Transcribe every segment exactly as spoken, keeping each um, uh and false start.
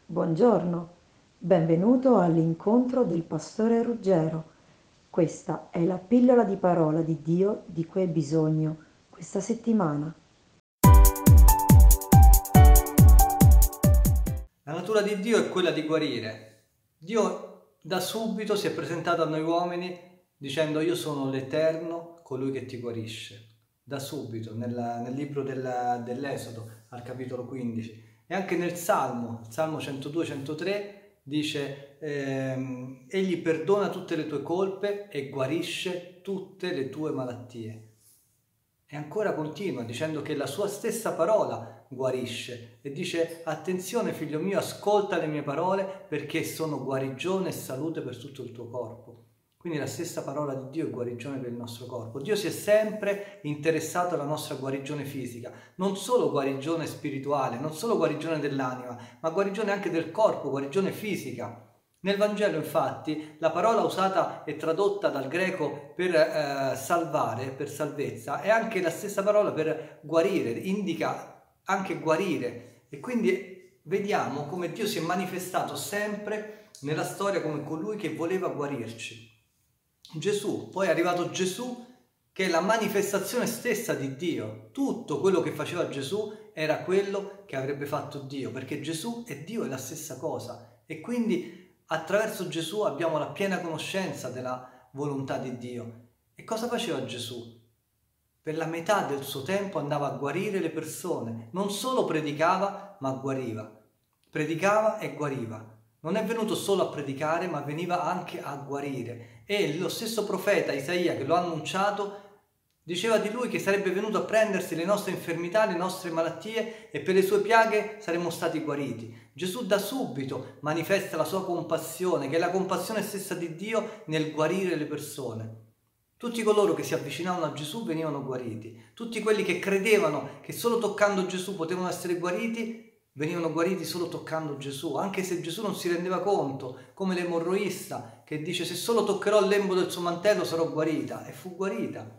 Buongiorno, benvenuto all'incontro del pastore Ruggero. Questa è la pillola di parola di Dio di cui hai bisogno questa settimana. La natura di Dio è quella di guarire. Dio da subito si è presentato a noi uomini dicendo: io sono l'Eterno, colui che ti guarisce. Da subito, nella- nel libro della- dell'Esodo, al capitolo quindici. E anche nel Salmo, il Salmo centodue centotré, dice ehm, egli perdona tutte le tue colpe e guarisce tutte le tue malattie. E ancora continua dicendo che la sua stessa parola guarisce e dice: attenzione figlio mio, ascolta le mie parole perché sono guarigione e salute per tutto il tuo corpo. Quindi la stessa parola di Dio è guarigione per il nostro corpo. Dio si è sempre interessato alla nostra guarigione fisica, non solo guarigione spirituale, non solo guarigione dell'anima, ma guarigione anche del corpo, guarigione fisica. Nel Vangelo, infatti, la parola usata e tradotta dal greco per eh, salvare, per salvezza, è anche la stessa parola per guarire, indica anche guarire. E quindi vediamo come Dio si è manifestato sempre nella storia come colui che voleva guarirci. Gesù, poi è arrivato Gesù, che è la manifestazione stessa di Dio. Tutto quello che faceva Gesù era quello che avrebbe fatto Dio, perché Gesù e Dio è la stessa cosa. E quindi attraverso Gesù abbiamo la piena conoscenza della volontà di Dio. E cosa faceva Gesù? Per la metà del suo tempo andava a guarire le persone, non solo predicava, ma guariva. Predicava e guariva. Non è venuto solo a predicare, ma veniva anche a guarire. E lo stesso profeta Isaia, che lo ha annunciato, diceva di lui che sarebbe venuto a prendersi le nostre infermità, le nostre malattie, e per le sue piaghe saremmo stati guariti. Gesù da subito manifesta la sua compassione, che è la compassione stessa di Dio nel guarire le persone. Tutti coloro che si avvicinavano a Gesù venivano guariti. Tutti quelli che credevano che solo toccando Gesù potevano essere guariti, venivano guariti solo toccando Gesù, anche se Gesù non si rendeva conto, come l'emorroista che dice: se solo toccherò il lembo del suo mantello sarò guarita, e fu guarita.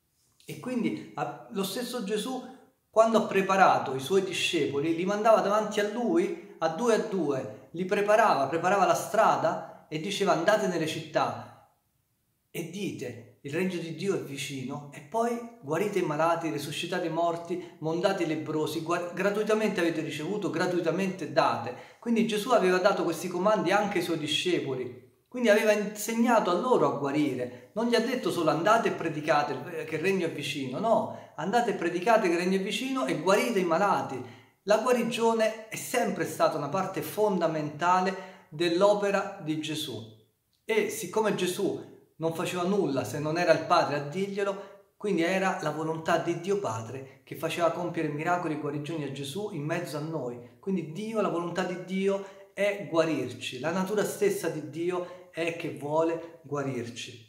E quindi lo stesso Gesù, quando ha preparato i suoi discepoli, li mandava davanti a lui a due a due, li preparava, preparava la strada e diceva: andate nelle città e dite: il regno di Dio è vicino, e poi guarite i malati, risuscitate i morti, mondate i lebbrosi, gratuitamente avete ricevuto, gratuitamente date. Quindi Gesù aveva dato questi comandi anche ai suoi discepoli. Quindi aveva insegnato a loro a guarire. Non gli ha detto solo andate e predicate che il regno è vicino. No, andate e predicate che il regno è vicino e guarite i malati. La guarigione è sempre stata una parte fondamentale dell'opera di Gesù. E siccome Gesù non faceva nulla se non era il Padre a dirglielo, quindi era la volontà di Dio Padre che faceva compiere miracoli e guarigioni a Gesù in mezzo a noi. Quindi Dio, la volontà di Dio è guarirci. La natura stessa di Dio è che vuole guarirci.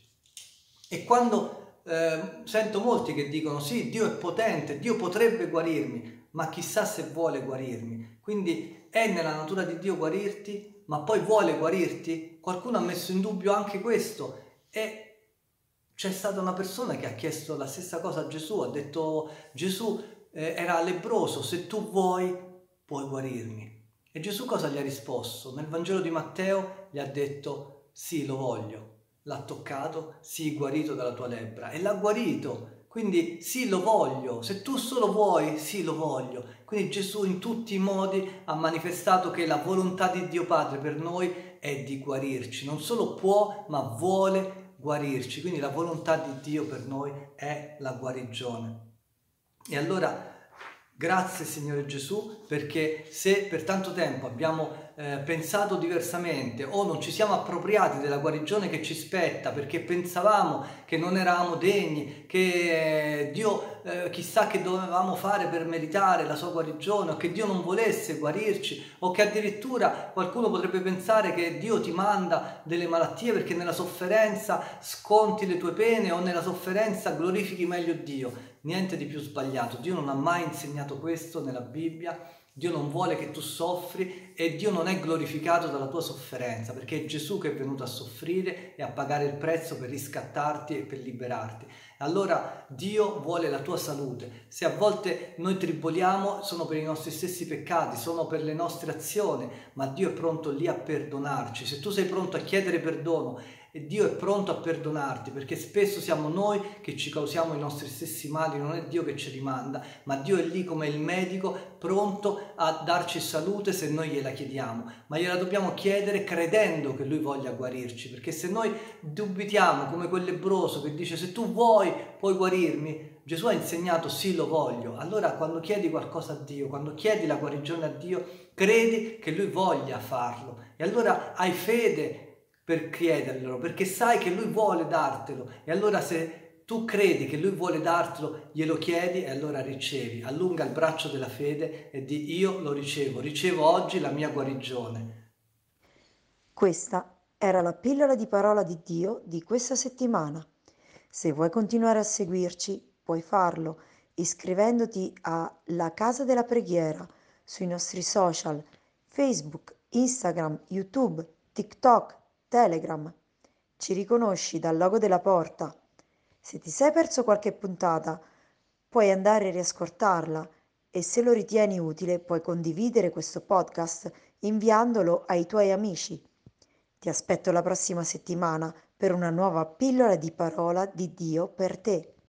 E quando eh, sento molti che dicono: sì, Dio è potente, Dio potrebbe guarirmi, ma chissà se vuole guarirmi. Quindi è nella natura di Dio guarirti, ma poi vuole guarirti? Qualcuno ha messo in dubbio anche questo, e c'è stata una persona che ha chiesto la stessa cosa a Gesù, ha detto: Gesù eh, era lebbroso, se tu vuoi puoi guarirmi. E Gesù cosa gli ha risposto? Nel Vangelo di Matteo gli ha detto: sì, lo voglio. L'ha toccato, sì, guarito dalla tua lebbra, e l'ha guarito. Quindi sì, lo voglio. Se tu solo vuoi, sì, lo voglio. Quindi Gesù in tutti i modi ha manifestato che la volontà di Dio Padre per noi è di guarirci. Non solo può, ma vuole guarirci. Quindi la volontà di Dio per noi è la guarigione. E allora grazie Signore Gesù, perché se per tanto tempo abbiamo eh, pensato diversamente o non ci siamo appropriati della guarigione che ci spetta perché pensavamo che non eravamo degni, che eh, Dio eh, chissà che dovevamo fare per meritare la sua guarigione, o che Dio non volesse guarirci, o che addirittura qualcuno potrebbe pensare che Dio ti manda delle malattie perché nella sofferenza sconti le tue pene o nella sofferenza glorifichi meglio Dio. Niente di più sbagliato. Dio non ha mai insegnato questo nella Bibbia, Dio non vuole che tu soffri e Dio non è glorificato dalla tua sofferenza, perché è Gesù che è venuto a soffrire e a pagare il prezzo per riscattarti e per liberarti. Allora Dio vuole la tua salute. Se a volte noi triboliamo, sono per i nostri stessi peccati, sono per le nostre azioni, ma Dio è pronto lì a perdonarci. Se tu sei pronto a chiedere perdono, e Dio è pronto a perdonarti, perché spesso siamo noi che ci causiamo i nostri stessi mali, non è Dio che ci rimanda, ma Dio è lì come il medico pronto a darci salute se noi gliela chiediamo, ma gliela dobbiamo chiedere credendo che Lui voglia guarirci, perché se noi dubitiamo come quel lebbroso che dice se tu vuoi puoi guarirmi, Gesù ha insegnato sì lo voglio. Allora quando chiedi qualcosa a Dio, quando chiedi la guarigione a Dio, credi che Lui voglia farlo e allora hai fede per chiederlo, perché sai che Lui vuole dartelo e allora se tu credi che Lui vuole dartelo, glielo chiedi e allora ricevi. Allunga il braccio della fede e di io lo ricevo, ricevo oggi la mia guarigione. Questa era la pillola di parola di Dio di questa settimana. Se vuoi continuare a seguirci, puoi farlo iscrivendoti a La Casa della Preghiera sui nostri social Facebook, Instagram, YouTube, TikTok, Telegram. Ci riconosci dal logo della porta. Se ti sei perso qualche puntata, puoi andare a riascoltarla e se lo ritieni utile puoi condividere questo podcast inviandolo ai tuoi amici. Ti aspetto la prossima settimana per una nuova pillola di parola di Dio per te.